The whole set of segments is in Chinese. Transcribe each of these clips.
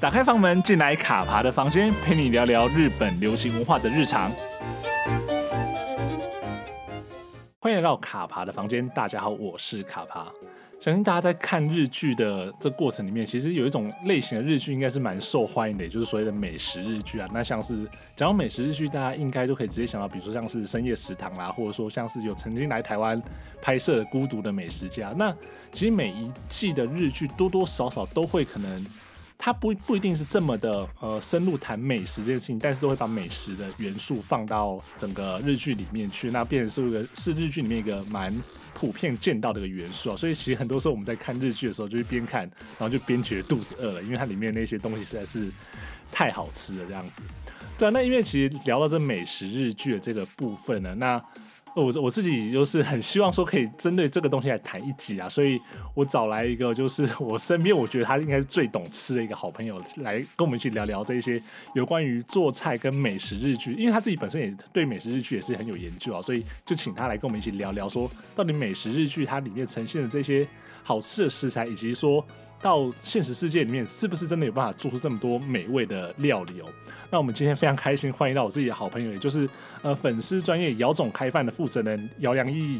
打开房门，进来卡爬的房间，陪你聊聊日本流行文化的日常。欢迎来到卡爬的房间，大家好，我是卡爬。相信大家在看日剧的这过程里面，其实有一种类型的日剧应该是蛮受欢迎的，也就是所谓的美食日剧啊。那像是讲到美食日剧，大家应该都可以直接想到，比如说像是深夜食堂啦，或者说像是有曾经来台湾拍摄的《孤独的美食家》。那其实每一季的日剧多多少少都会可能。它不一定是这么的深入谈美食这件事情，但是都会把美食的元素放到整个日剧里面去，那变成是日剧里面一个蛮普遍见到的一个元素啊。所以其实很多时候我们在看日剧的时候，就是边看然后就边觉得肚子饿了，因为它里面那些东西实在是太好吃了这样子。对啊，那因为其实聊到这美食日剧的这个部分呢，那我自己就是很希望说可以针对这个东西来谈一集啊，所以我找来一个就是我身边我觉得他应该是最懂吃的一个好朋友来跟我们一起聊聊这些有关于做菜跟美食日剧，因为他自己本身也对美食日剧也是很有研究啊，所以就请他来跟我们一起聊聊说到底美食日剧它里面呈现的这些好吃的食材，以及说到现实世界里面是不是真的有办法做出这么多美味的料理哦？那我们今天非常开心欢迎到我自己的好朋友，也就是粉丝专业姚总开饭的负责人姚良义。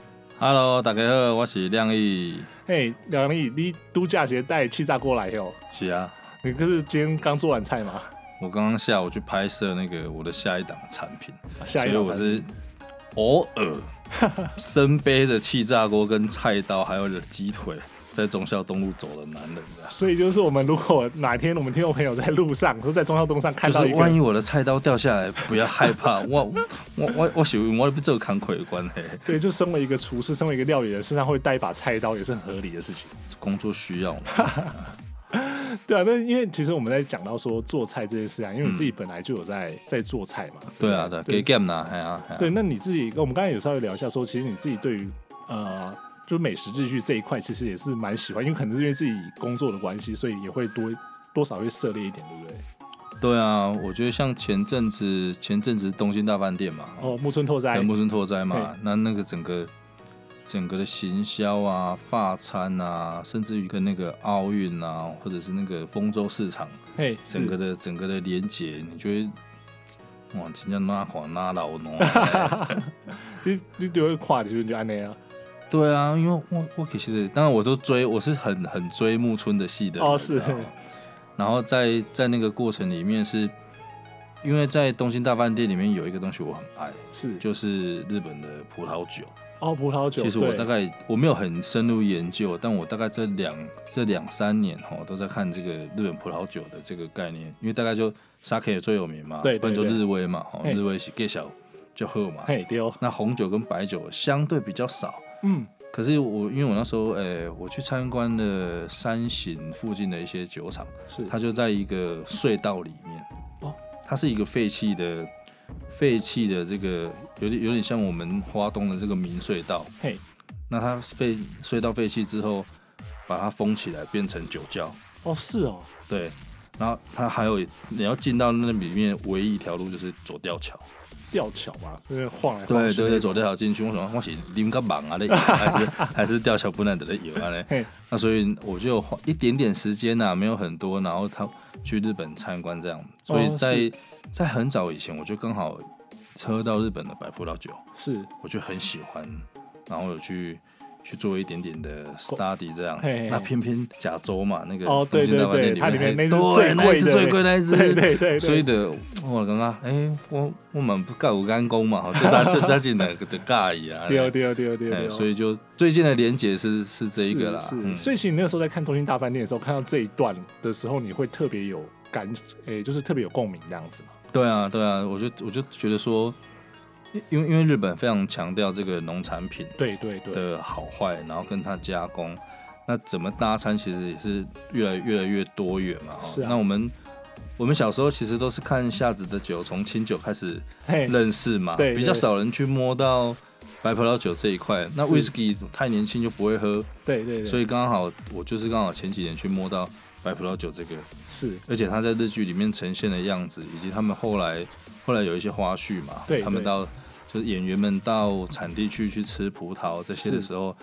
Hello， 大家好，我是亮义。 嘿，姚良义，你度假节带气炸锅来哦？ 是啊， 你可是今天刚做完菜吗？ 我刚刚下午去拍摄那个我的下一档产品， 下一档产品， 所以我是偶尔身背着气炸锅跟菜刀，还有鸡腿。在忠孝东路走的男人， 所以就是我们如果哪天我们听众朋友在路上，或在忠孝东路上看到一个， 就是万一我的菜刀掉下来，不要害怕，我喜欢我不做扛魁的关系。 对，就身为一个厨师，身为一个料理人，身上会带一把菜刀也是很合理的事情。 工作需要嘛。 对啊，那因为其实我们在讲到说做菜这件事啊，因为你自己本来就有在做菜嘛。 对啊，对，给 game 啦， 对，那你自己，我们刚才有稍微聊一下说，其实你自己对于就是美食日剧这一块，其实也是蛮喜欢，因为可能是因为自己工作的关系，所以也会多少会涉猎一点，对不对？ 对啊，我觉得像前阵子东京大饭店嘛， 木村拓哉嘛，那个整个的行销啊、发餐啊，甚至于跟那个奥运啊，或者是那个丰州市场，整个的连结，你觉得哇，真正哪看哪老浓。 你就会看就是就安那样。 对啊，因为我其实当然我是很追木村的戏的人是。 然后在那个过程里面是，因为在东京大饭店里面有一个东西我很爱，就是日本的葡萄酒。 葡萄酒。 其实我没有很深入研究，但我大概这两三年都在看这个日本葡萄酒的这个概念，因为大概就 Sake 最有名嘛，不然就日威嘛，日威是介绍就喝嘛。那红酒跟白酒相对比较少。可是因为我那时候我去参观了山形附近的一些酒厂，它就在一个隧道里面。它是一个废弃的这个有点像我们花东的这个明隧道。那它隧道废弃之后，把它封起来变成酒窖。 是哦。 对，然后它还有你要进到那里面唯一一条路就是走吊桥。 吊桥嘛，就是晃来晃去。 对，走吊桥进去。我想我是啉个忙啊，还是吊桥不能的游啊嘞。那所以我就花一点点时间啊，没有很多，然后他去日本参观这样。所以在很早以前，我就刚好喝到日本的白葡萄酒，我就很喜欢，然后有去做一点点的 study 这样。那偏甲州嘛，那个东京大饭店里面， 它里面那只最贵那一只， 对， 所以的我刚刚我们不盖有干工嘛，就扎进来的盖啊， 对， 所以就最近的连结是这一个啦。 所以其实你那个时候在看东京大饭店的时候，看到这一段的时候，你会特别有就是特别有共鸣这样子吗？ 对啊，我就觉得说。因为日本非常强调这个农产品的好坏，然后跟它加工，那怎么搭餐其实也是越来越多元嘛。那我们小时候其实都是看夏子的酒，从清酒开始认识嘛，比较少人去摸到白葡萄酒这一块。那 whisky 太年轻就不会喝， 对， 所以我就是刚好前几年去摸到白葡萄酒这个，而且它在日剧里面呈现的样子，以及他们后来有一些花絮嘛，他们就是演员们到产地去吃葡萄这些的时候，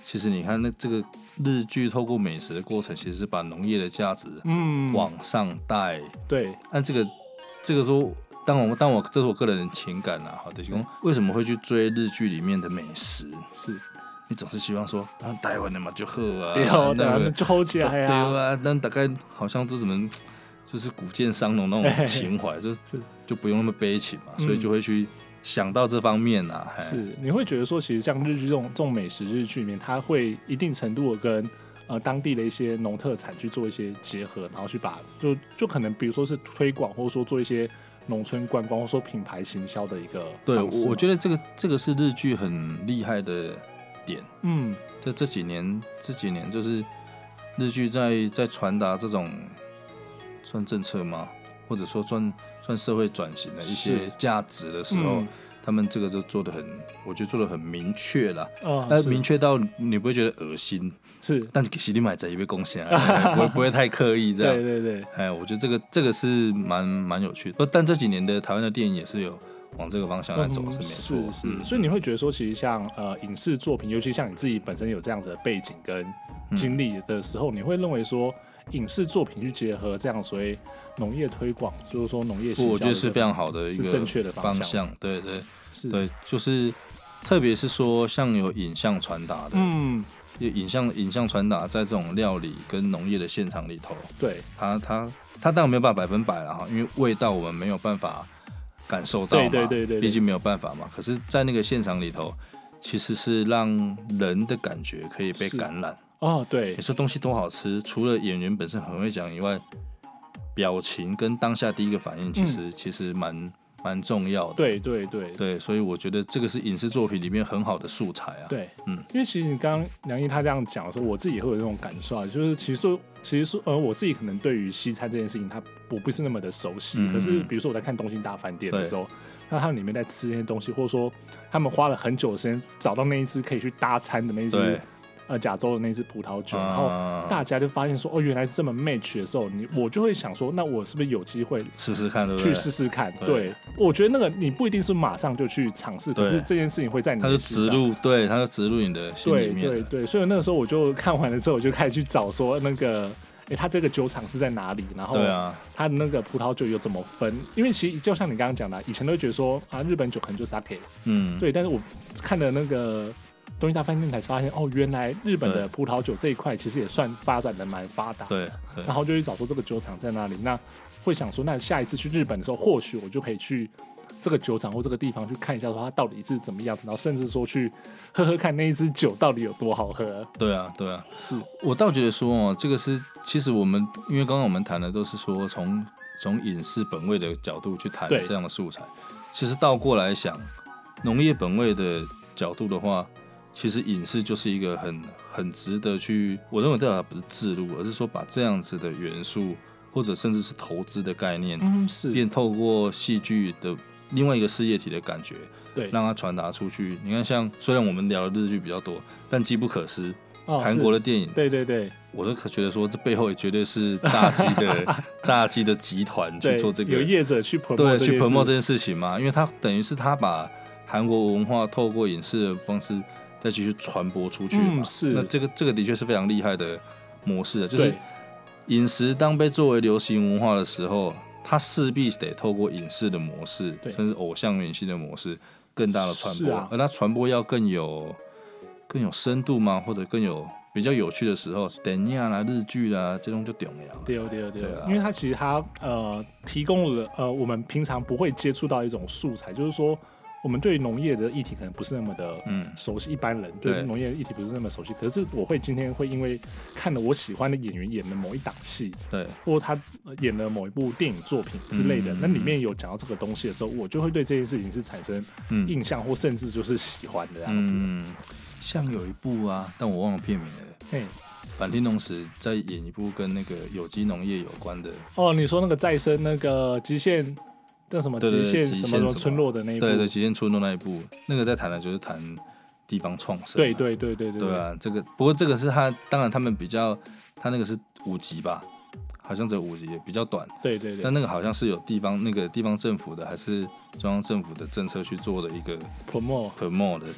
其实你看那这个日剧透过美食的过程，其实是把农业的价值往上带。 对， 按这个说，当我这是我个人的情感啊，好的，就是为什么会去追日剧里面的美食？ 是。 你总是希望说，台湾的嘛就好啊， 对哦，那就好起来啊， 对啊，但大概好像都怎么，就是古剑商农那种情怀，就不用那么悲情嘛，所以就会去想到这方面啊。 是，你会觉得说，其实像日剧这种美食日剧里面，它会一定程度的跟当地的一些农特产去做一些结合，然后去把就可能比如说是推广，或者说做一些农村观光，或者说品牌行销的一个方式。 对，我觉得这个是日剧很厉害的点。这几年就是日剧在传达这种算政策吗？或者说算社会转型的一些价值的时候，他们这个就做得很，我觉得做得很明确啦。明确到你不会觉得恶心， 是， 但其实买在一杯贡献，不会太刻意这样。 对对对， 我觉得这个是蛮有趣的。但这几年的台湾的电影也是有往这个方向来走，是没错。 是，所以你会觉得说，其实像影视作品，尤其像你自己本身有这样子的背景跟经历的时候，你会认为说，影视作品去结合这样所谓农业推广，就是说农业行销， 我觉得是非常好的一个正确的方向。对对是， 对，就是特别是说像有影像传达的，影像传达在这种料理跟农业的现场里头，对它当然没有办法100%啦，因为味道我们没有办法感受到嘛，对，毕竟没有办法嘛。可是，在那个现场里头，其实是让人的感觉可以被感染。 对， 你说东西多好吃，除了演员本身很会讲以外，表情跟当下第一个反应其实蛮重要的。对，所以我觉得这个是影视作品里面很好的素材啊。 对，因为其实你刚刚梁毅他这样讲的时候，我自己也会有这种感受啊，就是其实说我自己可能对于西餐这件事情，我不是那么的熟悉。可是比如说我在看《东京大饭店》的时候，那他们里面在吃那些东西，或者说他们花了很久的时间找到那一支可以去搭餐的那一支。甲州的那支葡萄酒，然后大家就发现说，原来是这么 match 的时候，我就会想说，那我是不是有机会试试看，对不对？去试试看。对，我觉得那个你不一定是马上就去尝试，可是这件事情会在你的心上， 它就植入你的心里面。 对，所以那个时候我就看完了之后，我就开始去找说那个。他这个酒厂是在哪里？然后他的那个葡萄酒有怎么分？因为其实就像你刚刚讲的，以前都会觉得说日本酒可能就 sake，对。但是我看了那个东京大饭店才发现，原来日本的葡萄酒这一块其实也算发展的蛮发达。 对。 然后就去找说这个酒厂在哪里，那会想说，那下一次去日本的时候，或许我就可以去这个酒厂或这个地方去看一下，说它到底是怎么样子，然后甚至说去喝喝看那一支酒到底有多好喝。 对啊， 是我倒觉得说这个是其实我们因为刚刚我们谈的都是说从影视本位的角度去谈这样的素材，其实倒过来想，农业本位的角度的话，其实影视就是一个很值得去，我认为这不是置入，而是说把这样子的元素或者甚至是投资的概念，变透过戏剧的另外一个事业体的感觉，对，让它传达出去。你看，像虽然我们聊的日剧比较多，但机不可失，韩国的电影， 对， 我都觉得说这背后也绝对是炸鸡的集团去做这个， 有业者去 promote 这件事情嘛，因为他等于是他把韩国文化透过影视的方式再继续传播出去嘛， 是。 那这个的确是非常厉害的模式，就是饮食当被作为流行文化的时候，它势必得透过影视的模式，甚至偶像明星的模式，更大的传播，而它传播要更有深度吗？或者更有比较有趣的时候，电影啦、日剧啦，这种就重要。 对，因为它其实它提供了我们平常不会接触到一种素材，就是说我们对农业的议题可能不是那么的熟悉，一般人对农业的议题不是那么熟悉。可是我会今天会因为看了我喜欢的演员演的某一档戏，对，或他演了某一部电影作品之类的，那里面有讲到这个东西的时候，我就会对这件事情是产生印象，或甚至就是喜欢的样子。 像有一部啊，但我忘了片名了。坂田荣史在演一部跟那个有机农业有关的。 你说那个再生那个极限。这什么极限什么村落的那一部？ 对，极限村落那一部，那个在谈的就是谈地方创生。 对啊，这个不过这个是他，当然他们比较，他那个是5集吧，好像只有5集，也比较短。对，但那个好像是有地方政府的还是中央政府的政策去做的一个 promote 的，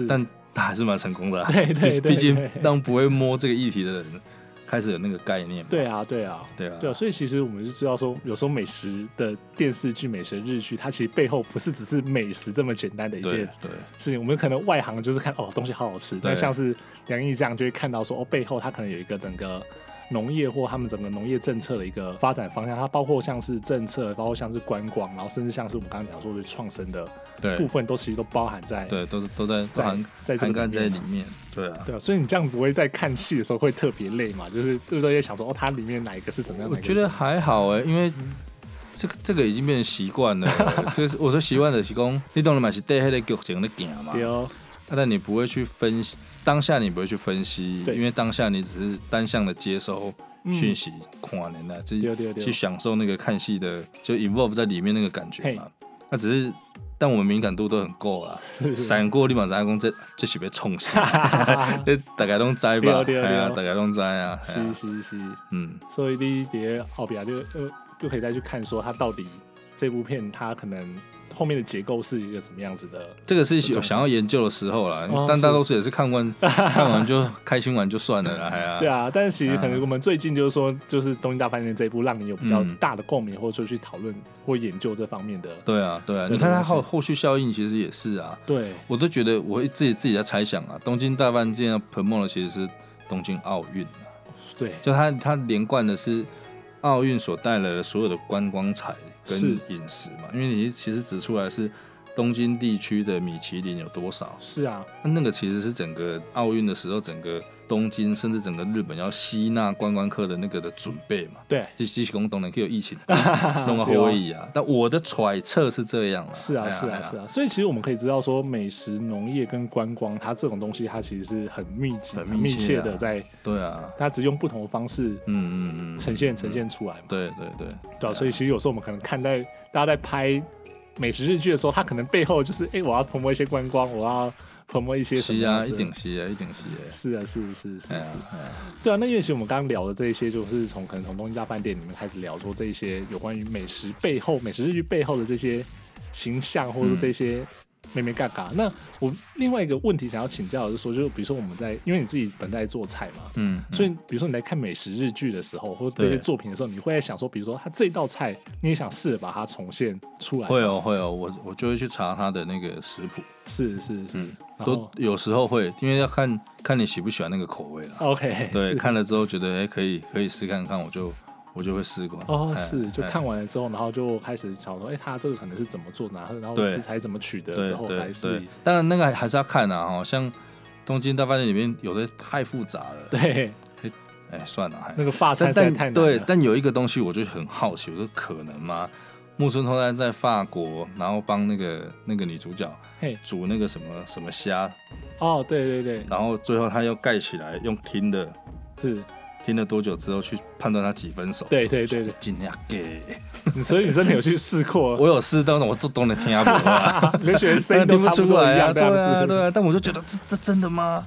他还是蛮成功的啊。 对， 毕竟让不会摸这个议题的人开始有那个概念。 对啊，所以其实我们就知道说，有时候美食的电视剧、美食日剧，它其实背后不是只是美食这么简单的一件事情。我们可能外行就是看东西好好吃，但像是梁毅这样就会看到说背后它可能有一个整个农业或他们整个农业政策的一个发展方向，它包括像是政策，包括像是观光，然后甚至像是我们刚刚讲说的创生的部分，其实都包含在都在涵盖在里面。对啊， 所以你这样不会在看戏的时候会特别累嘛？就是对不对？想说它里面哪一个是怎么样？ 我觉得还好因为这个已经变成习惯了。就是我说习惯的是说，你当然嘛是对那个剧情在行嘛。对但你不会去分析当下，你不会去分析，因为当下你只是单向的接收讯息，看人啦，去享受那个看戏的，就 involve 在里面那个感觉嘛。那只是，但我们敏感度都很够啦。闪过你马上讲这是被冲死，大家都知吧？大家都知啊。 是，所以你别后边就可以再去看说他到底这部片他可能后面的结构是一个什么样子的。这个是有想要研究的时候啦，但大多数也是看完就开心完就算了啦。 对啊，但是其实可能我们最近就是说，就是《东京大饭店》这一部，让你有比较大的共鸣，或者说去讨论或研究这方面的。 对啊，你看它后续效应其实也是啊。 对， 我都觉得我自己在猜想啊，《东京大饭店》要 promote 的其实是东京奥运。 对， 就它连贯的是奥运所带来的所有的观光财跟饮食嘛，因为你其实指出来是东京地区的米其林有多少？ 是啊， 那个其实是整个奥运的时候，整个东京甚至整个日本要吸纳观光客的那个的准备嘛。 对， 即使讲当然可以有疫情弄到后裔啊，但我的揣测是这样啦。 是啊。所以其实我们可以知道说，美食、农业跟观光，它这种东西，它其实是很密集、很密切的在。 对啊， 它只用不同的方式，呈现出来嘛。 对啊，所以其实有时候我们可能看待大家在拍美食日剧的时候，它可能背后就是我要promote一些观光，我要promote一些什么样子。 一定是是啊。对啊，那因为其实我们刚刚聊的这一些，就是可能从东京大饭店里面开始聊说这一些有关于美食日剧背后的这些形象，或者这些妹妹嘎嘎。那我另外一个问题想要请教的是说，就是比如说我们因为你自己本在做菜嘛，所以比如说你在看美食日剧的时候，或者这些作品的时候，你会在想说，比如说他这一道菜，你也想试着把它重现出来。 会哦，我就会去查他的那个食谱。 是， 都有时候会，因为要看你喜不喜欢那个口味啦。 OK， 对，看了之后觉得可以试看看，我就会试过。 就看完了之后，然后就开始想说，他这个可能是怎么做的，然后食材怎么取得之后来试。 当然那个还是要看啊，像东京大饭店里面有的太复杂了。 对， 算了， 那个法餐实在太难了。 对，但有一个东西我就很好奇，我说可能吗？木村拓哉在法国，然后帮那个女主角煮那个什么虾。 对。 然后最后他要盖起来，用听的。 是。 听了多久之后去判断他几分熟？ 对， 尽量给。 所以你真的有去试过？ 我有试，但我都能听不懂， 连学声音都差不多一样。 对啊，但我就觉得这真的吗？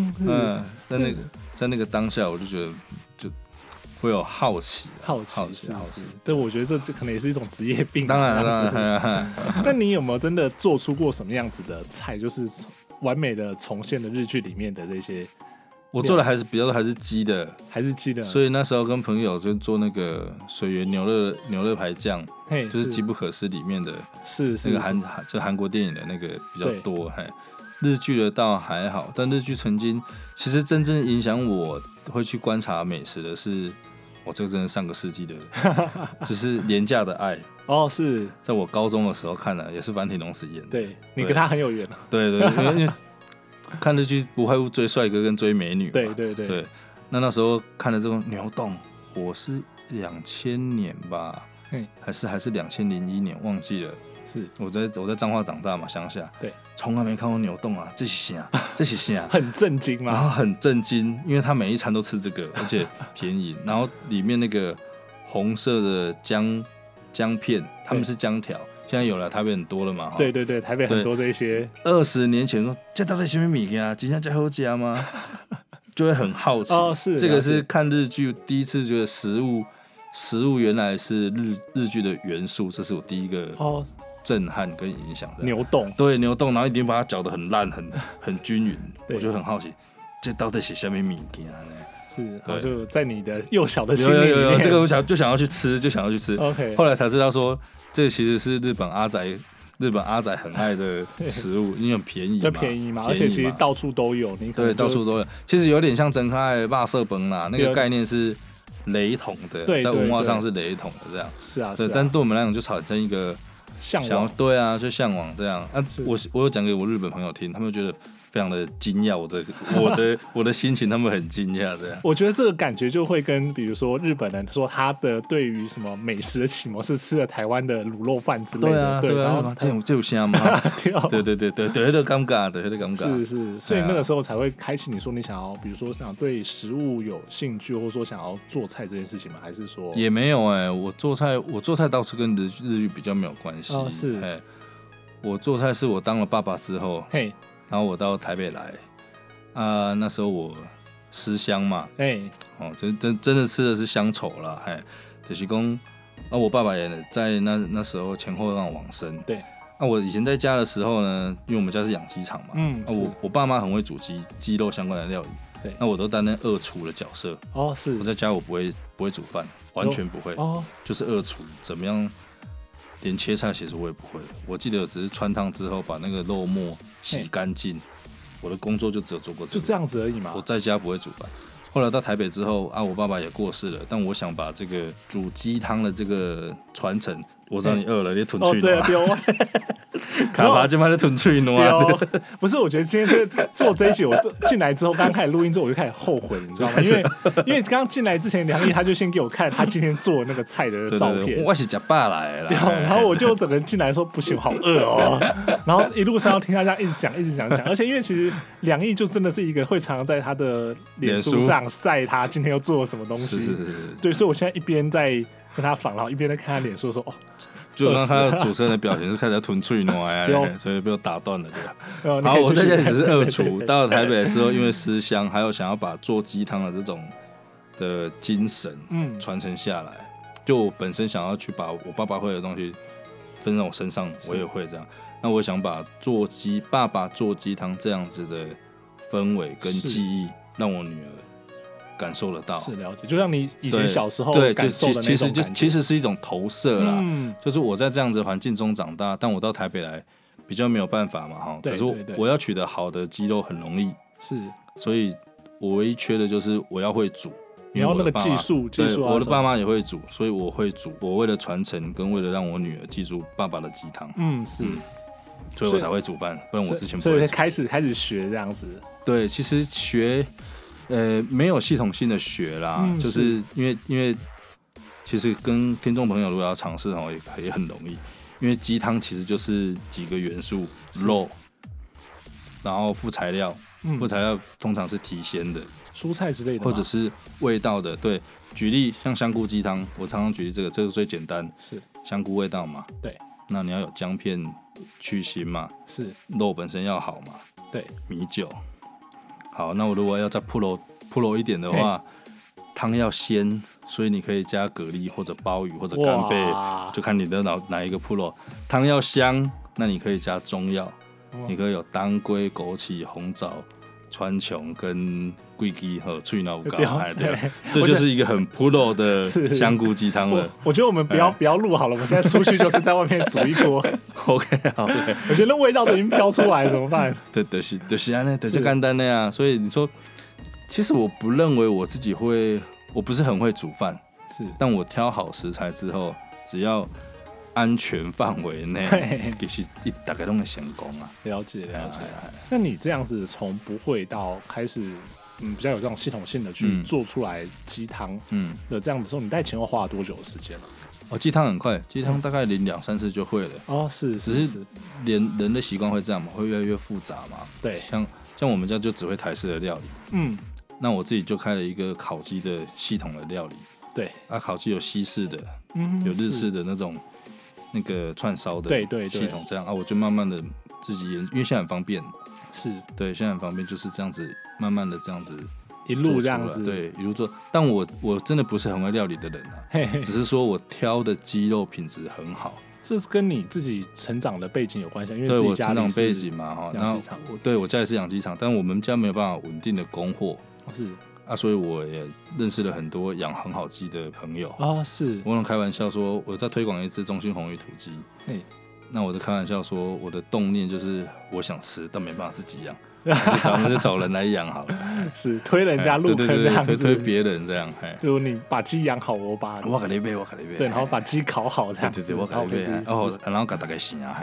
在那个当下，我就觉得就会有好奇。对，我觉得这可能也是一种职业病。 当然。 那你有没有真的做出过什么样子的菜，就是完美的重现了日剧里面的这些？ 我做的还是比较多，还是鸡的，所以那时候跟朋友就做那个水源牛肉排酱，就是《机不可失》里面的， 是那个就韩国电影的那个比较多。日剧的倒还好，但日剧曾经其实真正影响我会去观察美食的是，这个真的上个世纪的，只是廉价的爱。 是在我高中的时候看了，也是坂田龙史演的。 对，你跟他很有缘啊。 对，因为看日剧不外乎追帅哥跟追美女嘛。 对。 那时候看了这种牛洞，我是2000年吧，还是2001年，忘记了。 是我在彰化长大嘛，乡下。对，从来没看过牛洞啊，这是啥？ 很震惊嘛。 然后很震惊，因为他每一餐都吃这个，而且便宜。然后里面那个红色的姜片，他们是姜条。现在有了，台北很多了嘛。 对，台北很多这些。 20年前说这到底什么物件？真的这好吃吗？就会很好奇。 是这个是看日剧第一次觉得食物原来是日剧的元素，这是我第一个震撼跟影响。 牛动， 对，牛动，然后一定把它搅得很烂，很均匀。我就很好奇，这到底是什么物件呢？ 是，然后就在你的幼小的心里面， 有这个我就想要去吃， OK， 后来才知道说，这个其实是日本阿仔很爱的食物，因为很便宜嘛， 便宜嘛，而且其实到处都有， 对，到处都有。其实有点像真开的肉色饭啦，那个概念是雷同的，在文化上是雷同的这样。 是啊， 对，但对我们来讲就产生一个向往， 对啊，就向往这样。我有讲给我日本朋友听，他们觉得非常的惊讶，我的心情，他们很惊讶这样。 我觉得这个感觉就会跟比如说日本人说他的对于什么美食的启蒙是吃了台湾的卤肉饭之类的， 对啊，然后这有香吗？对，那个尴尬， 是，所以那个时候才会开启你说你想要，比如说想对食物有兴趣，或者说想要做菜这件事情吗？还是说也没有我做菜倒是跟日语比较没有关系。 是， 我做菜是我当了爸爸之后，然后我到台北来那时候我思乡嘛，真的吃的是乡愁啦，就是说我爸爸也在那时候前后让往生， 对， 我以前在家的时候呢，因为我们家是养鸡场嘛，我爸妈很会煮鸡肉相关的料理， 对， 那我都担任二厨的角色， 是， 我在家我不会煮饭，完全不会，就是二厨，怎么样？连切菜其实我也不会，我记得只是穿烫之后把那个肉末洗干净，我的工作就只有做过就这样子而已嘛。 我在家不会煮饭，后来到台北之后我爸爸也过世了，但我想把这个煮鸡汤的这个传承，我知道你饿了，你吞去对， 卡巴就卖在吞去挪。 不是，我觉得今天做这一集，我进来之后，刚开始录音之后，我就开始后悔，你知道吗？因为刚进来之前，梁毅他就先给我看他今天做那个菜的照片， 我是吃饱来了。 然后我就整个人进来说不行，我好饿哦。然后一路上要听他这样一直讲，而且因为其实梁毅就真的是一个会常常在他的脸书上晒他今天又做了什么东西， 是， 对，所以我现在一边在跟他访，然后一边在看他脸书说就让他主持人的表情是开始吞脆挪所以被我打断了对。然后我在家里只是二厨，到了台北的时候，因为思乡，还有想要把做鸡汤的这种的精神传承下来，就我本身想要去把我爸爸会的东西分在我身上，我也会这样。那我想把爸爸做鸡汤这样子的氛围跟记忆，让我女儿感受得到， 是了解，就像你以前小时候感受的那种感觉， 其实是一种投射啦。就是我在这样子的环境中长大，但我到台北来比较没有办法嘛，可是我要取得好的鸡肉很容易， 是， 所以我唯一缺的就是我要会煮， 你要那个技术， 我的爸妈也会煮，所以我会煮。我为了传承跟为了让我女儿记住爸爸的鸡汤， 是。 所以我才会煮饭，不然我之前不会煮。 所以开始学这样子。 对，其实学没有系统性的学啦，就是因为其实跟听众朋友如果要尝试也很容易，因为鸡汤其实就是几个元素，肉，然后副材料通常是提鲜的， 蔬菜之类的， 或者是味道的。对，举例像香菇鸡汤，我常常举例这个最简单， 是香菇味道嘛。 对， 那你要有姜片去腥嘛， 是肉本身要好嘛， 对， 米酒。好，那我如果要再铺柔一点的话，汤要鲜，所以你可以加蛤蜊或者鲍鱼或者干贝，就看你的哪一个铺柔。汤要香，那你可以加中药，你可以有当归、枸杞、红枣、川穹跟桂枝和脆脑膏，对，这就是一个很 pro 的香菇鸡汤了。 我觉得我们不要录好了，我们现在出去就是在外面煮一锅。 OK， 好， 我觉得那味道都已经飘出来，怎么办？ 对，就是这样，对，就简单那样。所以你说，其实我不认为我自己我不是很会煮饭， 是， 但我挑好食材之后，只要安全范围内，其实大概都能成功啊。 了解。那你这样子从不会到开始，比较有这种系统性的去做出来鸡汤，的这样子之后，你大概前后花了多久的时间了？ 鸡汤很快，鸡汤大概淋2-3次就会了。只是人的习惯会这样嘛，会越来越复杂嘛。 对， 像我们家就只会台式的料理，那我自己就开了一个烤鸡的系统的料理。对，烤鸡有西式的，有日式的那个串烧的系统，这样我就慢慢的自己研，因为现在很方便，是对，现在很方便，就是这样子慢慢的这样子一路这样子， 对，一路做。但我真的不是很会料理的人啊，只是说我挑的鸡肉品质很好， 这是跟你自己成长的背景有关系，因为自己家里是对我成长背景嘛， 养鸡场， 对我家里是养鸡场，但我们家没有办法稳定的供货， 是啊，所以我也认识了很多养很好鸡的朋友啊，是我能开玩笑说我在推广一只中兴红鱼土鸡，那我在开玩笑说我的动念就是我想吃，但没办法自己养。就找人来养好了， 是推人家入坑这样子， 推别人这样。 如果你把鸡养好，我给你背，对，然后把鸡烤好这样子， 对，我给你背，然后给大家洗啊，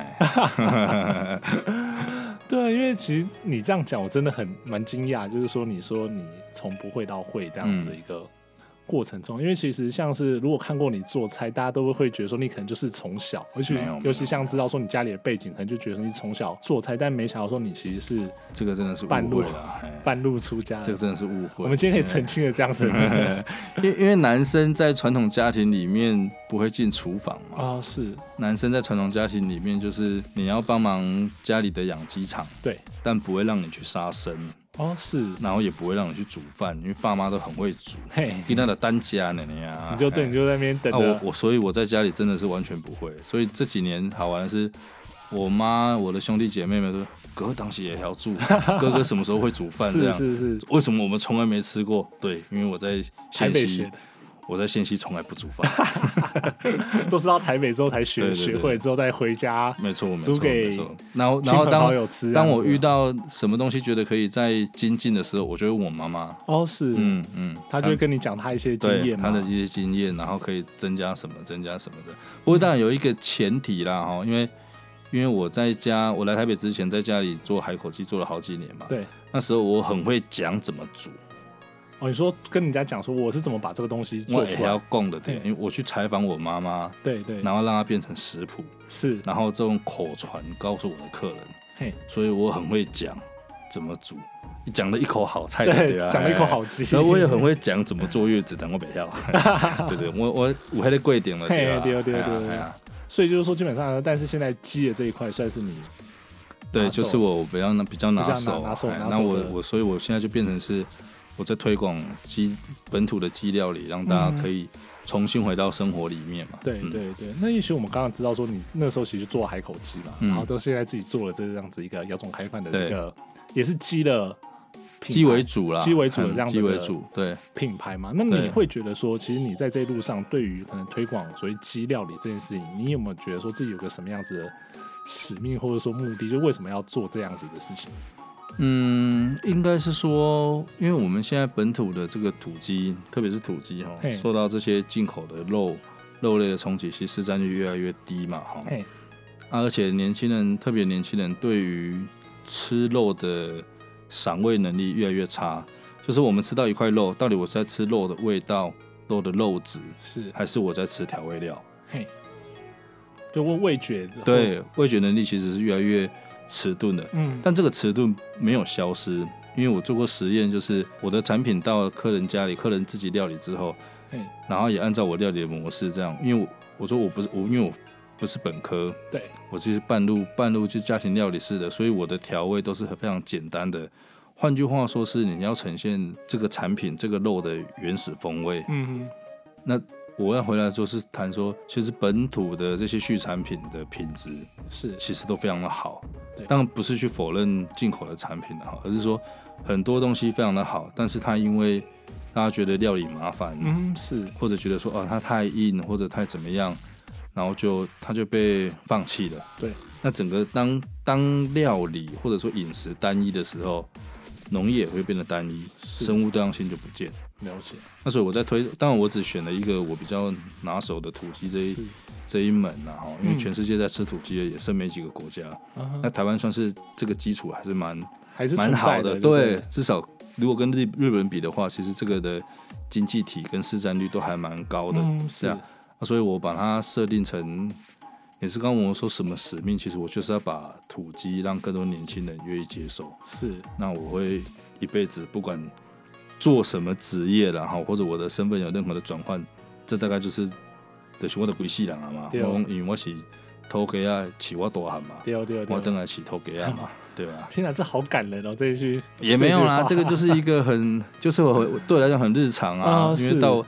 对，因为其实你这样讲，我真的蛮惊讶，就是说你从不会到会这样子的一个过程中，因为其实像是如果看过你做菜，大家都会觉得说你可能就是从小，尤其像知道说你家里的背景，可能就觉得你从小做菜，但没想到说你其实是这个真的是误会半路出家， 这个真的是误会。 我们今天可以澄清的这样子， 因为男生在传统家庭里面不会进厨房嘛， 啊，是男生在传统家庭里面就是你要帮忙家里的养鸡场， 对，但不会让你去杀生。 是， 然后也不会让你去煮饭，因为爸妈都很会煮，跟他的单家呢呀， 你就在那边等着。 所以我在家里真的是完全不会。所以这几年好玩的是，我妈、我的兄弟姐妹们说，哥当时也要煮，哥哥什么时候会煮饭？这样是。 为什么我们从来没吃过？对，因为我在台北学的。 我在县西从来不煮饭， 都是到台北之后才学会，之后再回家， 没错， 煮给然后当我遇到什么东西觉得可以再精进的时候，我就问我妈妈。 是，她就会跟你讲她一些经验， 她的一些经验，然后可以增加什么的。不过当然有一个前提啦，因为我来台北之前在家里做海口鸡做了好几年嘛， 对， 那时候我很会讲怎么煮。 你说跟人家讲说我是怎么把这个东西做出来， 我也要供的，对，因为我去采访我妈妈， 对， 然后让它变成食谱， 是， 然后这种口传告诉我的客人，所以我很会讲怎么煮，讲了一口好菜，对啊， 讲了一口好鸡， 然后我也很会讲怎么坐月子，但我不要，对，我还在贵点了， 对，所以就是说基本上，但是现在鸡的这一块算是你， 对，就是我比较拿手， 那所以我现在就变成是。我在推广本土的鸡料理，让大家可以重新回到生活里面嘛。 对，那也许我们刚刚知道说，你那时候其实做海口鸡嘛，然后到现在自己做了这样子一个姚总开饭的一个，也是鸡的鸡为主啦， 鸡为主的这样子的品牌嘛。那你会觉得说，其实你在这一路上，对于可能推广所谓鸡料理这件事情，你有没有觉得说自己有个什么样子的使命，或者说目的，就为什么要做这样子的事情？ 应该是说，因为我们现在本土的这个土鸡，特别是土鸡受到这些进口的肉类的冲击，其实市占率越来越低嘛而且特别年轻人对于吃肉的赏味能力越来越差，就是我们吃到一块肉，到底我在吃肉的味道、肉的肉质，还是我在吃调味料？ 就味觉， 对，味觉能力其实是越来越迟钝的，但这个迟钝没有消失，因为我做过实验，就是我的产品到客人家里，客人自己料理之后，然后也按照我料理的模式这样，因为我说因为我不是本科， 对， 我就是半路就是家庭料理式的，所以我的调味都是非常简单的。换句话说是你要呈现这个产品这个肉的原始风味，那我要回来就是谈说，其实本土的这些畜产品的品质其实都非常的好，当然不是去否认进口的产品的好，而是说很多东西非常的好，但是它因为大家觉得料理麻烦，或者觉得说它太硬或者太怎么样，然后它就被放弃了。 对， 那整个当料理或者说饮食单一的时候，农业也会变得单一，生物多样性就不见。 了解。 那所以我在当然我只选了一个我比较拿手的土鸡这一门啦，因为全世界在吃土鸡的也剩没几个国家，那台湾算是这个基础还是蛮好的，对，至少如果跟日本人比的话，其实这个的经济体跟市占率都还蛮高的，是啊，所以我把它设定成，也是刚刚我们说什么使命，其实我就是要把土鸡让更多年轻人愿意接受，那我会一辈子不管做什么职业啦，或者我的身份有任何的转换，这大概就是我的规世人嘛。因为我是土鸡啊，饲我大汉嘛，我回来饲土鸡啊嘛，对吧？ 天哪，这好感人哦！这一句也没有啦，这个就是一个就是我对我来讲很日常啊，因为到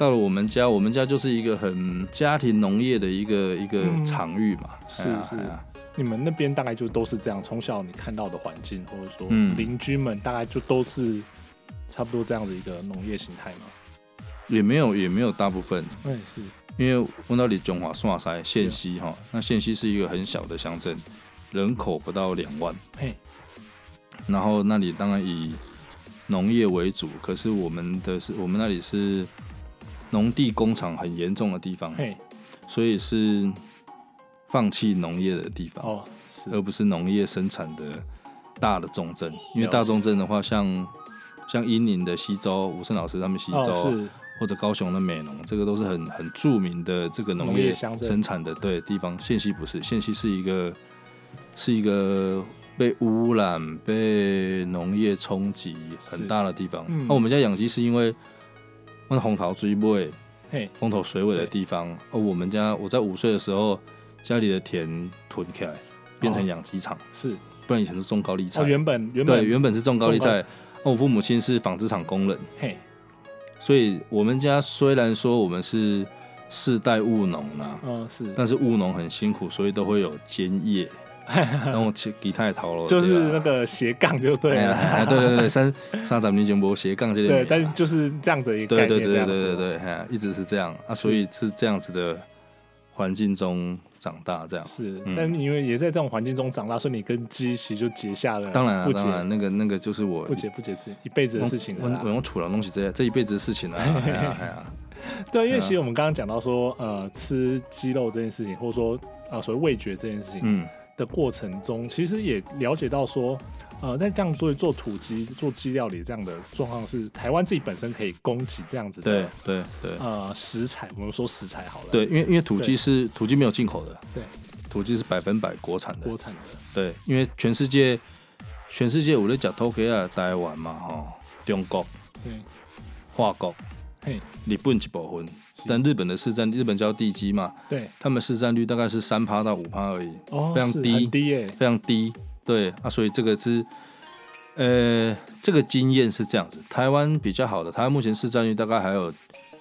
到了我们家就是一个很家庭农业的一个场域嘛。 是。你们那边大概就都是这样，从小你看到的环境，或者说邻居们大概就都是差不多这样的一个农业形态吗？ 也没有大部分。 是。 因为我那里中华线西县西哈，那县西是一个很小的乡镇，人口不到2万。然后那里当然以农业为主，可是我们那里是农地工厂很严重的地方，所以是放弃农业的地方，而不是农业生产的大的重镇。因为大重镇的话，像云林的西周，吴胜老师他们西周，或者高雄的美浓，这个都是很著名的这个农业生产的对地方。县西不是，县西是一个被污染、被农业冲击很大的地方。我们家养鸡是因为我红桃追尾、风头水尾的地方。我在5岁的时候，家里的田囤起来，变成养鸡场。是，不然以前是种高丽菜。原本是种高丽菜。我父母亲是纺织厂工人。所以我们家虽然说我们是世代务农啦，但是务农很辛苦，所以都会有兼业。然后其他头了， 就是那个斜杠就对了。 对，三十年前没斜杠这类。 对，但是就是这样子一个概念。 对，一直是这样啊，所以是这样子的环境中长大，这样是。但因为也在这种环境中长大，所以你跟鸡其实就结下了。 当然，那个就是我不解一辈子的事情了。 我用处了东西这一辈子的事情了。 对，因为其实我们刚刚讲到说，吃鸡肉这件事情，或者说所谓味觉这件事情，的过程中，其实也了解到说，在这样做土鸡、做鸡料理这样的状况，是台湾自己本身可以供给这样子的， 对， 食材，我们说食材好了， 对，因为土鸡没有进口的， 对， 土鸡是100%国产的，对，因为全世界有在吃土鸡啊，台湾嘛，中国、法国、日本一部分。但日本的市占，日本叫地鸡嘛，对，他们市占率大概是3%到5%而已，非常低， 很低耶， 非常低。对啊，所以这个是，这个经验是这样子。台湾比较好的，台湾目前市占率大概还有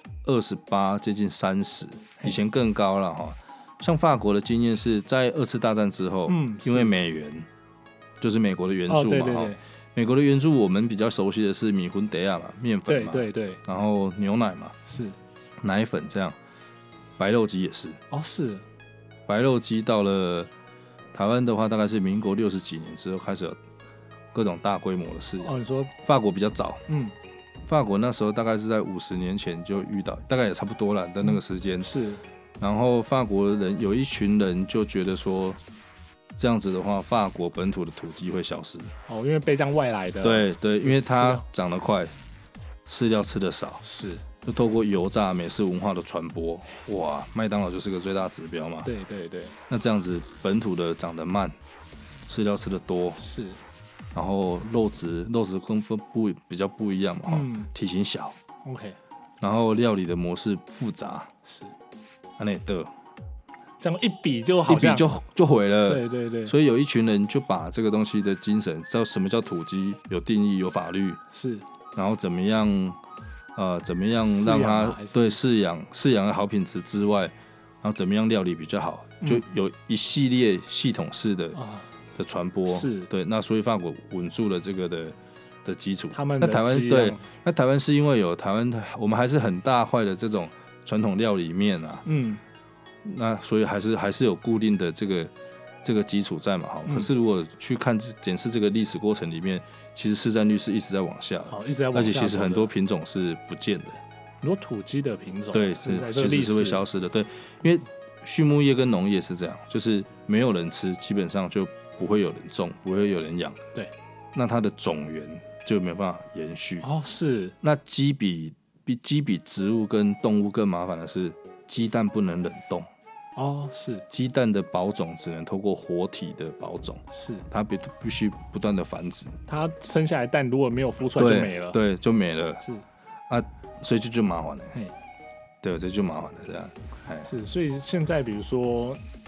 28，接近30，以前更高了哈。像法国的经验是在2次大战之后，因为美元就是美国的援助嘛，美国的援助我们比较熟悉的是米粉底亚嘛，面粉嘛，对，然后牛奶嘛，是。奶粉这样，白肉鸡也是是白肉鸡到了台湾的话，大概是民国60几年之后开始有各种大规模的饲养。你说法国比较早，法国那时候大概是在50年前就遇到，大概也差不多了的那个时间。是，然后法国人有一群人就觉得说，这样子的话，法国本土的土鸡会消失。因为被这样外来的，对，因为它长得快，饲料吃得少，是。就透过油炸美式文化的传播，哇，麦当劳就是个最大指标嘛。对。那这样子本土的长得慢，饲料吃得多，是。然后肉质跟比较不一样嘛，体型小 ，OK。然后料理的模式复杂，是。那的，这样一比就好像就毁了。对。所以有一群人就把这个东西的精神，知道什么叫土鸡，有定义，有法律，是。然后怎么样让它对饲养的好品质之外，然后怎么样料理比较好，就有一系列系统式的传播。是对，那所以法国稳住了这个的基础。那台湾对，那台湾是因为有台湾，我们还是很大块的这种传统料理面啊，那所以还是有固定的这个基础在嘛，可是如果去看检视这个历史过程里面，其实市占率是一直在往下，而且其实很多品种是不见的，很多土鸡的品种，对，其实是会消失的，对，因为畜牧业跟农业是这样，就是没有人吃，基本上就不会有人种，不会有人养，对，那它的种源就没有办法延续。是。那鸡比植物跟动物更麻烦的是，鸡蛋不能冷冻。是鸡蛋的保种只能透过活体的保种，是它必须不断的繁殖，它生下来蛋如果没有孵出来就没了，对，就没了，是啊，所以就麻烦了，对，这就麻烦了，这样，是，所以现在比如说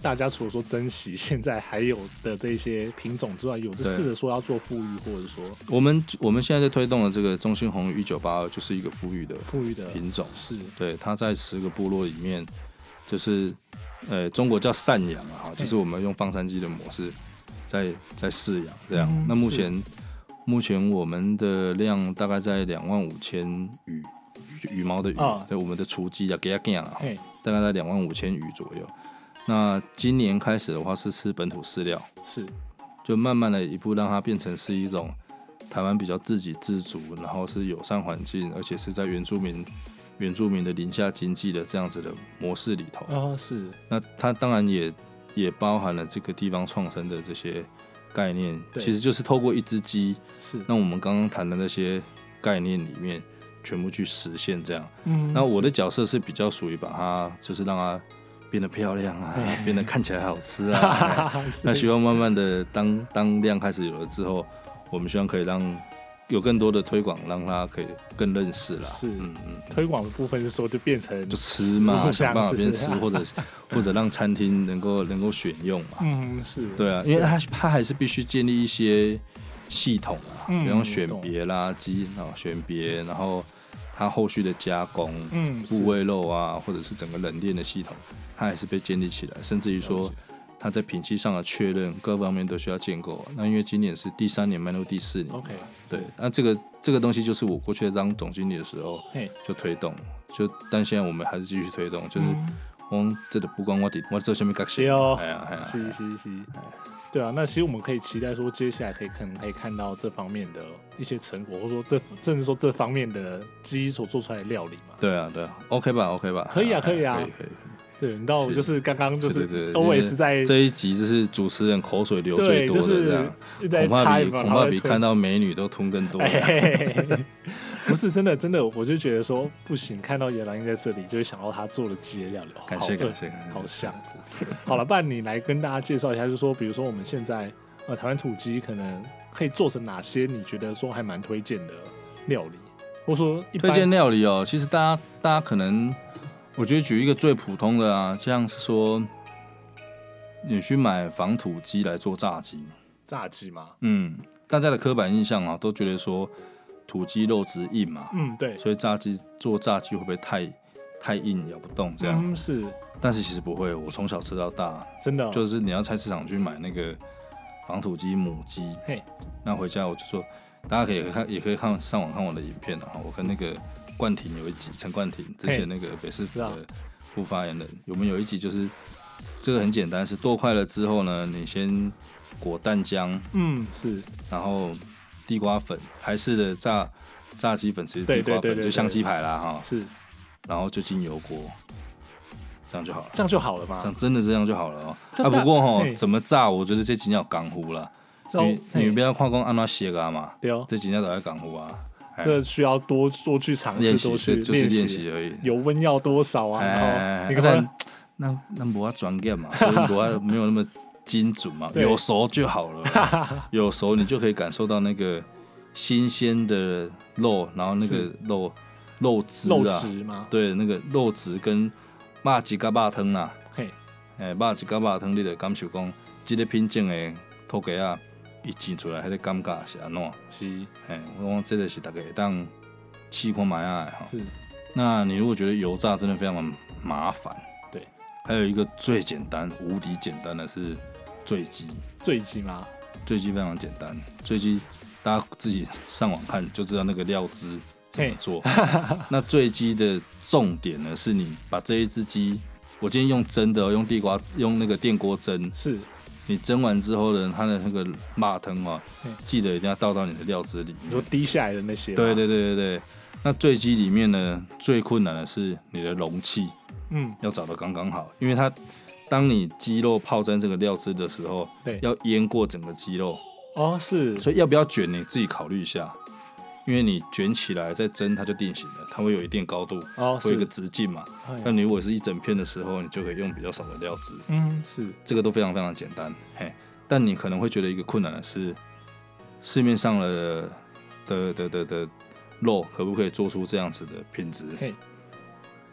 大家除了说珍惜现在还有的这些品种之外，有这试着说要做富裕，或者说我们现在在推动的这个中兴红鱼1982就是一个富裕的品种， 是对，它在10个部落里面，就是中国叫散养啊，就是我们用放山鸡的模式在饲养这样。那目前我们的量大概在25000羽毛的鱼，对，我们的雏鸡啊，给它养啊，大概在25000羽左右。那今年开始的话是吃本土饲料， 是， 就慢慢的一步让它变成是一种台湾比较自给自足，然后是友善环境，而且是在原住民的林下经济的这样子的模式里头。 是。 那它当然也包含了这个地方创生的这些概念，其实就是透过一只鸡， 是， 那我们刚刚谈的那些概念里面全部去实现这样。那我的角色是比较属于把它就是让它变得漂亮啊，变得看起来好吃啊。那希望慢慢的当量开始有了之后，我们希望可以让有更多的推广，让它可以更认识啦。 是，推广的部分是说就变成就吃嘛，想办法变吃，或者让餐厅能够选用嘛。 是， 对啊，因为它还是必须建立一些系统啊，比方选别啦，鸡选别，然后它后续的加工，部位肉啊，或者是整个冷链的系统，它还是被建立起来，甚至于说它在品系上的确认各方面都需要建构。那因为今年是第3年迈入第4年 ，OK， 对，那这个东西就是我过去在当总经理的时候就推动，但现在我们还是继续推动，就是这个不光我做什么角色， 是，对啊，那其实我们可以期待说，接下来可能可以看到这方面的一些成果，或者说甚至说这方面的鸡所做出来的料理嘛。 对啊，OK 吧， 可以啊。对，你知道，就是刚刚就是always在这一集，就是主持人口水流最多的这样，恐怕比看到美女都吞更多。 不是真的，我就觉得说不行，看到野狼鹰在这里，就会想到他做的鸡的料理。 感谢， 好香。好了，不然你来跟大家介绍一下，就是说，比如说我们现在台湾土鸡可能可以做成哪些你觉得说还蛮推荐的料理，或者说推荐料理哦。其实大家可能。我觉得举一个最普通的啊，像是说你去买仿土鸡来做炸鸡吗？ 大家的刻板印象啊，都觉得说土鸡肉质硬嘛， 对， 所以做炸鸡会不会太硬咬不动这样？ 是， 但是其实不会，我从小吃到大， 真的， 就是你要菜市场去买那个仿土鸡母鸡，那回家我就说，大家也可以上网看我的影片啊，我跟那个。冠廷有一集，陈冠廷之前那个北市府的副发言人，我们有一集就是这个很简单，是剁块了之后呢，你先裹蛋浆， 是， 然后地瓜粉，台式的炸鸡粉，其实地瓜粉就香鸡排啦哈， 是， 然后就进油锅，这样就好了， 这样就好了吗？ 这样真的这样就好了哦。不过怎么炸，我觉得这几要港糊啦，你不要看讲按怎写啊嘛， 对哦， 这几都要港糊啊。 这需要多去尝试，多去练习而已。 油温要多少啊？然后你看，那没专业嘛，所以没有那么精准嘛。有熟就好了，有熟你就可以感受到那个新鲜的肉，然后那个肉质吗？ 对，那个肉质跟肉质跟肉汤啦，肉质跟肉汤，你就感受讲，这个品种的土鸡啊。一煎出来，迄个感觉是安怎？ 是， 我讲这个是大家会当试看卖啊哈。是，那你如果觉得油炸真的非常的麻烦， 对， 还有一个最简单、无敌简单的是醉鸡。 醉鸡吗？ 醉鸡非常简单，醉鸡大家自己上网看就知道那个料汁怎么做。那醉鸡的重点呢，是你把这一只鸡，我今天用蒸的，用地瓜，用那个电锅蒸， 是。 你蒸完之后呢，它的那个肉汤嘛，记得一定要倒到你的料汁里面。 你说滴下来的那些。 对。那醉鸡里面呢，最困难的是你的容器，要找得刚刚好，因为它当你鸡肉泡在这个料汁的时候，要淹过整个鸡肉。 是。 所以要不要卷，你自己考虑一下。因为你卷起来再蒸，它就定型了，它会有一定高度，会有一个直径嘛。但你如果是一整片的时候，你就可以用比较少的料汁。 是， 这个都非常非常简单。但你可能会觉得一个困难的是，市面上的肉可不可以做出这样子的品质？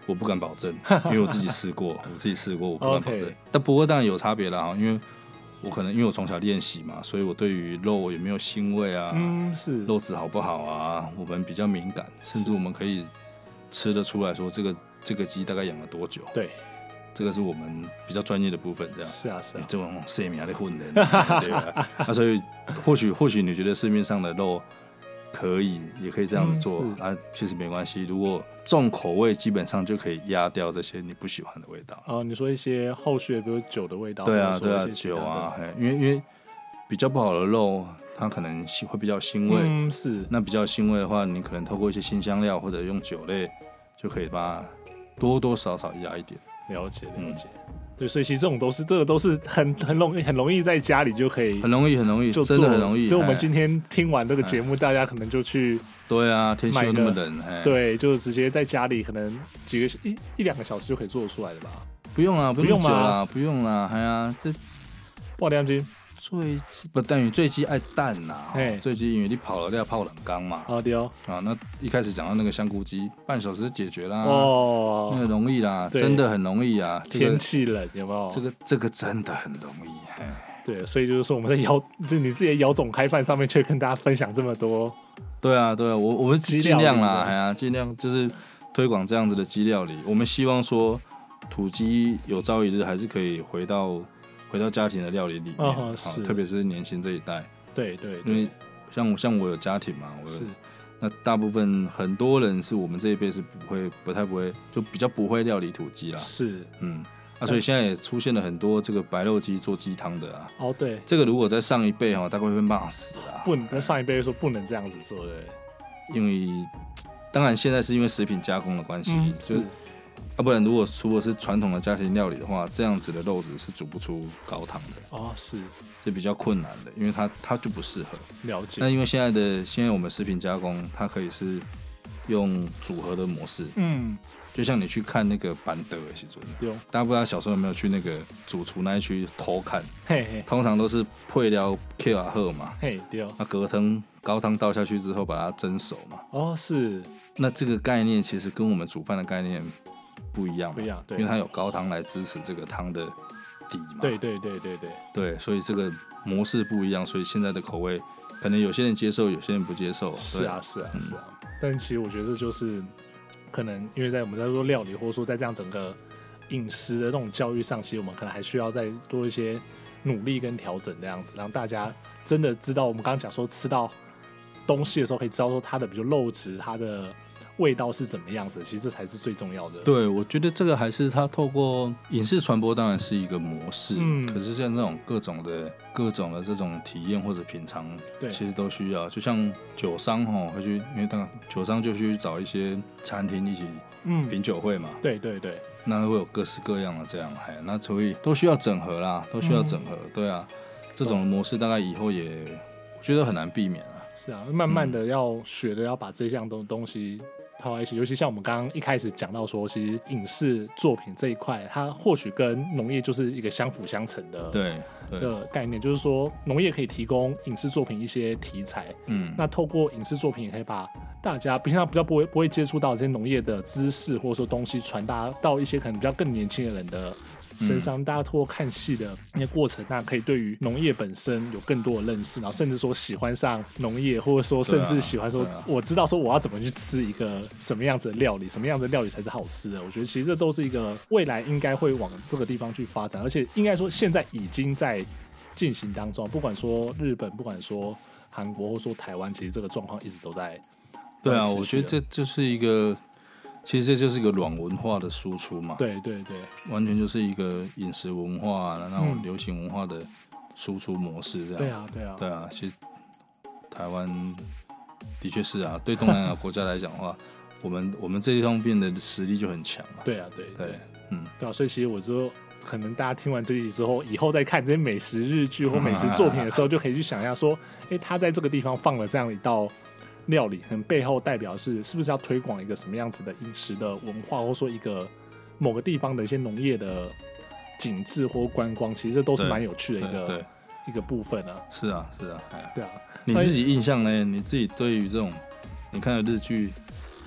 我不敢保证，因为我自己试过，我不敢保证。但不过当然有差别啦，因为我可能因为我从小练习嘛，所以我对于肉有没有腥味啊， 是肉质好不好啊，我们比较敏感，甚至我们可以吃得出来说这个鸡大概养了多久。 对。 这个是我们比较专业的部分，这样是啊， 这种生命的混人，对吧？所以或许你觉得市面上的肉也可以这样子做，其实没关系。如果重口味，基本上就可以压掉这些你不喜欢的味道。 哦，你说一些后续比如酒的味道， 对啊，酒啊，因为比较不好的肉，它可能会比较腥味， 是。 那比较腥味的话，你可能透过一些辛香料或者用酒类，就可以把它多多少少压一点。 了解。对，所以其实这个都是很容易在家里就可以， 很容易，真的很容易。 就我们今天听完这个节目，大家可能就去， 对啊，天气又那么冷， 对，就直接在家里可能一两个小时就可以做得出来的吧？ 不用啊，不用啦，不用啦，哎呀，这爆两斤。 不等于醉鸡爱蛋呐，醉鸡因为你跑了要泡冷缸嘛， 对哦， 那一开始讲到那个香菇鸡，半小时就解决啦， 那个容易啦，真的很容易啊， 天气冷有没有？ 这个真的很容易， 对，所以就是说我们在就你自己的姚总开饭上面却跟大家分享这么多， 对啊，我们尽量啦，尽量就是推广这样子的鸡料理，我们希望说土鸡有朝一日还是可以回到家庭的料理里面，特别是年轻这一代。 对， 因为像我有家庭嘛，那大部分很多人是我们这一辈是不太会，就比较不会料理土鸡啦。 是， 所以现在也出现了很多这个白肉鸡做鸡汤的啊。 对， 这个如果在上一辈大概会被骂死啦。 不能跟上一辈说不能这样子做，对。 因为当然现在是因为食品加工的关系， 是。 不然如果是传统的家庭料理的话，这样子的肉质是煮不出高汤的。 是比较困难的，因为它就不适合。 了解。 那因为现在我们食品加工，它可以是用组合的模式。就像你去看那个板德的时候，大家不知道小时候有没有去那个主厨那一区偷看？通常都是配料 Q 啊赫嘛。那隔汤高汤倒下去之后，把它蒸熟嘛。 是。 那这个概念其实跟我们煮饭的概念不一样， 对， 因为它有高汤来支持这个汤的底嘛。对，所以这个模式不一样，所以现在的口味可能有些人接受，有些人不接受。 是啊。但其实我觉得这就是可能因为我们在做料理，或者说在这样整个饮食的那种教育上，其实我们可能还需要再多一些努力跟调整，这样子让大家真的知道，我们刚刚讲说吃到东西的时候可以知道说它的比如肉质，它的味道是怎么样子，其实这才是最重要的。 对，我觉得这个还是它透过影视传播当然是一个模式，可是像这种各种的这种体验或者品尝，其实都需要。就像酒商会去，因为当然酒商就去找一些餐厅一起品酒会嘛。对，那会有各式各样的这样，那所以都需要整合啦，对啊，这种模式大概以后也我觉得很难避免啊。 是啊，慢慢的要学的要把这项东西套在一起，尤其像我们刚刚一开始讲到说，其实影视作品这一块，它或许跟农业就是一个相辅相成的概念，就是说农业可以提供影视作品一些题材，那透过影视作品也可以把大家比较不会接触到这些农业的知识或者说东西传达到一些可能比较更年轻的人的身上，大家透过看戏的那些过程，那可以对于农业本身有更多的认识，然后甚至说喜欢上农业，或者说甚至喜欢说，我知道说我要怎么去吃一个什么样子的料理，什么样子的料理才是好吃的。我觉得其实这都是一个未来应该会往这个地方去发展，而且应该说现在已经在进行当中，不管说日本，不管说韩国，或说台湾，其实这个状况一直都在。 对啊，我觉得这就是一个。其实这就是一个软文化的输出嘛， 对， 完全就是一个饮食文化那种流行文化的输出模式这样。对啊，其实台湾的确是啊，对东南亚国家来讲的话，我们这一方面的实力就很强嘛。 对啊，所以其实我说，可能大家听完这一集之后，以后再看这些美食日剧或美食作品的时候，就可以去想一下说，他在这个地方放了这样一道料理，可能背后代表是不是要推广一个什么样子的饮食的文化，或者说一个某个地方的一些农业的景致或观光，其实这都是蛮有趣的一个部分啊。 是啊，对啊。 对啊， 你自己印象呢？你自己对于这种你看的日剧，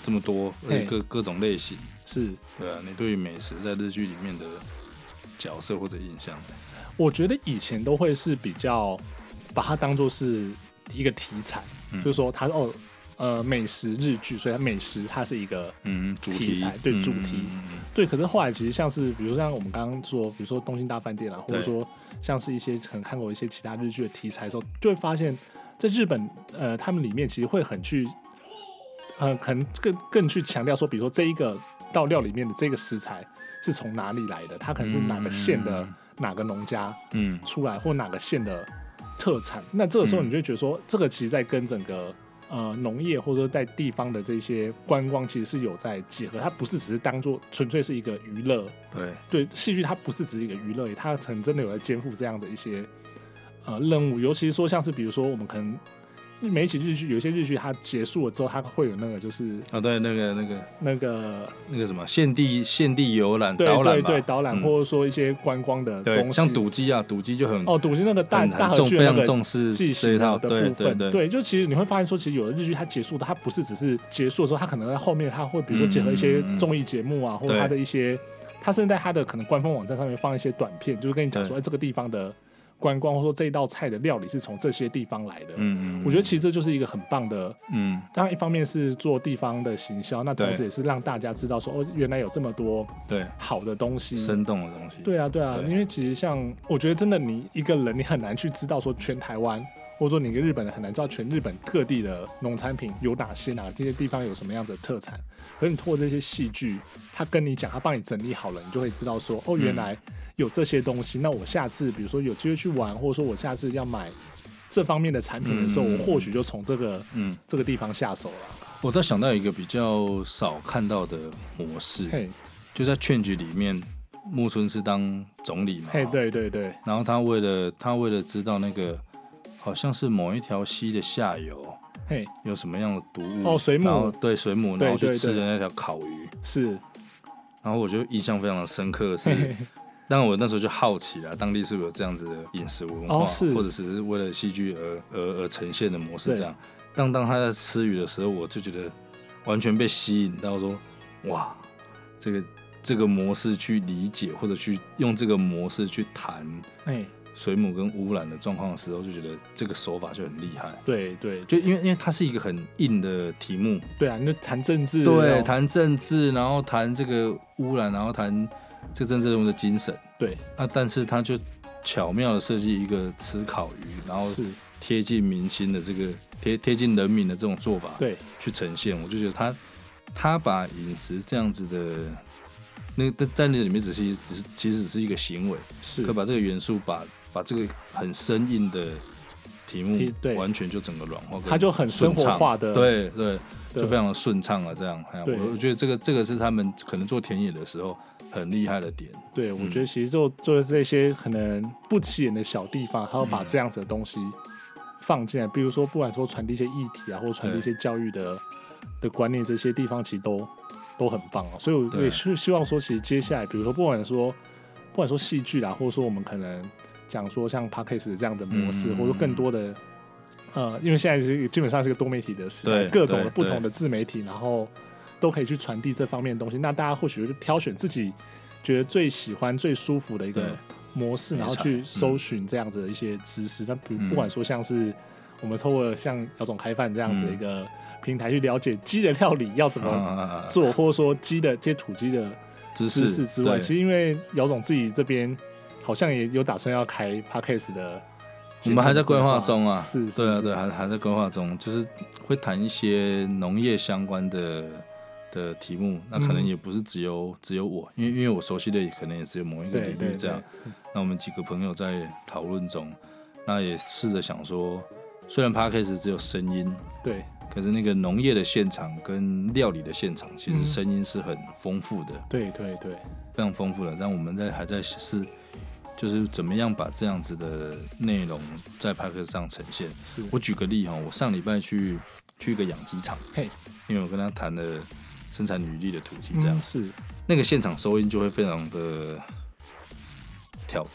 这么多，各种类型， 是， 对啊。你对于美食在日剧里面的角色或者印象？ 我觉得以前都会是比较把它当作是一个题材，就是说它美食日剧，所以美食它是一个题材，对主题，对。可是后来其实像是比如像我们刚刚说，比如说东京大饭店啊，或者说像是一些可能看过一些其他日剧的题材的时候，就会发现，在日本他们里面其实会很去可能更去强调说，比如说这一个道料里面的这个食材是从哪里来的，它可能是哪个县的哪个农家出来，或哪个县的特产。那这个时候你就会觉得说，这个其实在跟整个农业或者说在地方的这些观光其实是有在结合，它不是只是当做纯粹是一个娱乐。对，戏剧它不是只是一个娱乐，它可能真的有在肩负这样的一些任务。尤其是说像是比如说我们可能每一集日剧，有一些日剧它结束了之后，它会有那个就是对，那个什么现地游览导览吧， 对导览，或者说一些观光的东西， 像赌机啊，赌机就很赌机那个大河剧非常重视记型的部分， 对， 就其实你会发现说，其实有的日剧它结束的，它不是只是结束的时候，它可能在后面它会比如说结合一些综艺节目啊，或者它的一些，它甚至在它的可能官方网站上面放一些短片，就是跟你讲说，这个地方的观光，或者说这一道菜的料理是从这些地方来的。我觉得其实这就是一个很棒的，当然一方面是做地方的行销，那同时也是让大家知道说，原来有这么多好的东西， 生动的东西。 对啊，因为其实像我觉得真的，你一个人你很难去知道说全台湾，或者说你一个日本人很难知道全日本各地的农产品有哪些，这些地方有什么样子的特产。可是你透过这些戏剧，他跟你讲，他帮你整理好了，你就会知道说，原来有这些东西，那我下次比如说有机会去玩，或者说我下次要买这方面的产品的时候，我或许就从这个地方下手了。 我倒想到一个比较少看到的模式，就在劝局里面，木村是当总理嘛， 对， 然后他为了知道那个好像是某一条溪的下游有什么样的毒物， 水母， 然后对水母，然后去吃的那条烤鱼是， 然后我就印象非常的深刻的是。当然，我那时候就好奇了，当地是不是有这样子的饮食文化，或者是为了戏剧而呈现的模式这样。当他在吃鱼的时候，我就觉得完全被吸引到说，哇，这个模式去理解，或者去用这个模式去谈水母跟污染的状况的时候，就觉得这个手法就很厉害。 对， 就因为它是一个很硬的题目。 对啊，你就谈政治， 对，谈政治，然后谈这个污染，然后谈这个政治人物的精神。 对， 但是他就巧妙的设计一个吃烤鱼，然后贴近民心的这个贴近人民的这种做法， 对，去呈现。我就觉得他把饮食这样子的那个在那里面其实只是一个行为，可把这个元素把这个很生硬的题目完全就整个软化， 它就很生活化的， 对，就非常的顺畅了。这样，我觉得这个是他们可能做田野的时候很厉害的点。 对，我觉得其实做这些可能不起眼的小地方，还要把这样子的东西放进来，比如说不管说传递一些议题啊，或者传递一些教育的观念，这些地方其实都很棒啊。所以我也是希望说，其实接下来，比如说不管说戏剧啦，或者说我们可能讲说像 Podcast 这样的模式，或者说更多的因为现在基本上是个多媒体的时代，各种的不同的自媒体，然后都可以去传递这方面的东西。那大家或许就挑选自己觉得最喜欢、最舒服的一个模式，然后去搜寻这样子的一些知识。那不管说像是我们透过像姚总开饭这样子的一个平台去了解鸡的料理要怎么做，或者说鸡的这些土鸡的知识之外，其实因为姚总自己这边好像也有打算要开 Podcast 的。 我们还在规划中啊， 对啊， 对，还在规划中，就是会谈一些农业相关的题目，那可能也不是只有我，因为我熟悉的可能也只有某一个领域这样。那我们几个朋友在讨论中，那也试着想说，虽然 Podcast 只有声音， 对， 可是那个农业的现场跟料理的现场，其实声音是很丰富的， 对， 非常丰富的。但我们还在试。就是怎么样把这样子的内容在 Podcast 上呈现。我举个例，我上礼拜去一个养鸡场，因为我跟他谈了生产履历的土鸡，这样是那个现场收音就会非常的挑战，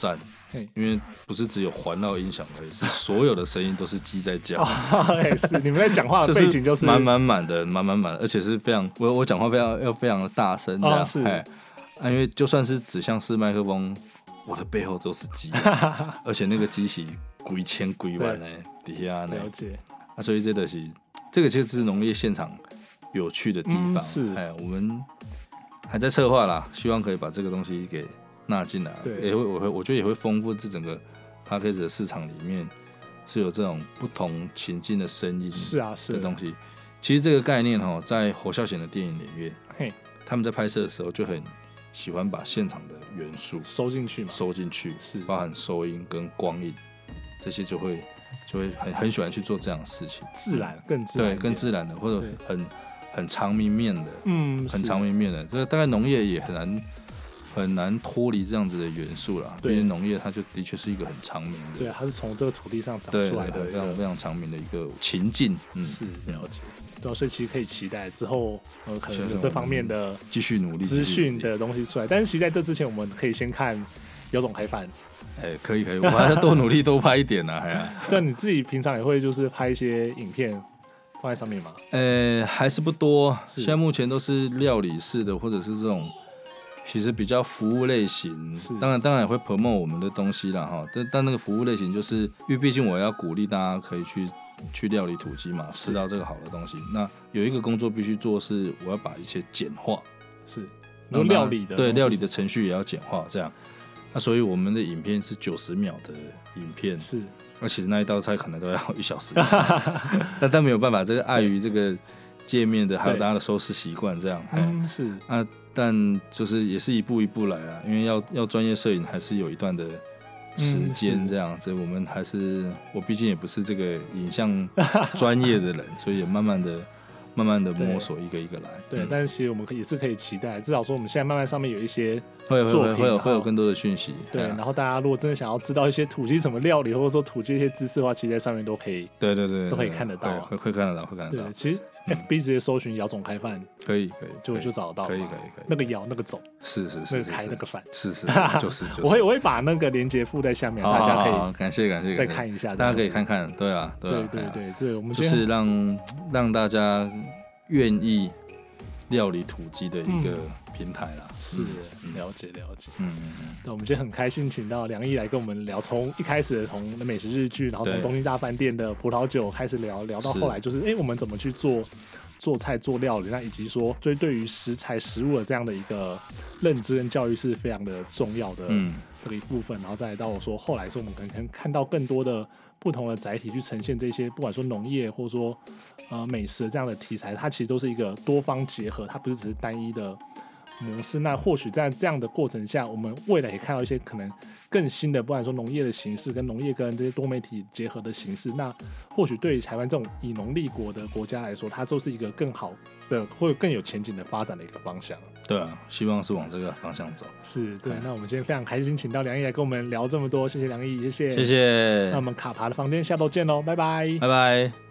因为不是只有环绕音响而已，是所有的声音都是鸡在叫。 是你们在讲话的背景就是满满的，而且是非常我讲话非常的大声这样。是因为就算是指向式麦克风，我的背后都是鸡，而且那个机器几千几万的底下呢。 了解。 所以这个就是农业现场有趣的地方。 是。 我们还在策划啦，希望可以把这个东西给纳进来。对。我觉得也会丰富这整个 Podcast 的市场里面是有这种不同情境的声音。 是的东西。其实这个概念在侯孝贤的电影里面，他们在拍摄的时候就很喜欢把现场的元素收进去， 是包含收音跟光影，这些就会很喜欢去做这样的事情， 更自然， 对，更自然的，或者很长明面的，很长明面的，这大概农业也很难脱离这样子的元素啦，因为农业它就的确是一个很长明的， 对，它是从这个土地上长出来的， 非常非常长明的一个情境， 是了解。对，所以其实可以期待之后可能有这方面的继续努力资讯的东西出来，但是其实在这之前，我们可以先看有种开饭。 可以，我还要多努力多拍一点啊！ 对，你自己平常也会就是拍一些影片放在上面吗？ 还是不多，现在目前都是料理式的，或者是这种其实比较服务类型。当然也会 promote 我们的东西啦哈，但那个服务类型就是因为毕竟我要鼓励大家可以去料理土鸡嘛，吃到这个好的东西。那有一个工作必须做，是我要把一些简化， 料理的对料理的程序也要简化，这样。那所以我们的影片是90秒的影片，那其实那一道菜可能都要1小时以上，但没有办法，这个碍于这个界面的还有大家的收视习惯，这样。但就是也是一步一步来啊，因为要专业摄影还是有一段的时间这样，所以我们还是我毕竟也不是这个影像专业的人，所以也慢慢的摸索一个一个来。 对，但是其实我们也是可以期待，至少说我们现在慢慢上面有一些会有更多的讯息。 对，然后大家如果真的想要知道一些土鸡怎么料理，或者说土鸡一些知识的话，其实在上面都可以。 对， 都可以看得到。 会看得到。 对，其实 FB 直接搜寻姚总开饭， 可以， 就找得到。 可以。 那个姚那个总是那个开那个饭是就是。 我会把那个连结附在下面，大家可以感谢再看一下， 大家可以看看。对， 我们就是让大家愿意料理土鸡的一个平台啦。 是，了解。那我们今天很开心请到梁毅来跟我们聊，从一开始从美食日剧，然后从东京大饭店的葡萄酒开始聊到后来就是我们怎么去做菜做料理，那以及说对于食材食物的这样的一个认知跟教育是非常的重要的这个一部分，然后再来到说后来说我们可能看到更多的不同的载体去呈现这些不管说农业或者说美食的这样的题材，它其实都是一个多方结合，它不是只是单一的模式。那或许在这样的过程下，我们未来也看到一些可能更新的，不管说农业的形式跟农业跟这些多媒体结合的形式，那或许对于台湾这种以农立国的国家来说，它就是一个更好的或者更有前景的发展的一个方向。 对啊，希望是往这个方向走。 是，对。那我们今天非常开心请到梁毅来跟我们聊这么多，谢谢梁毅，谢谢。 那我们卡爬的房间下周见喽，拜拜， 拜拜。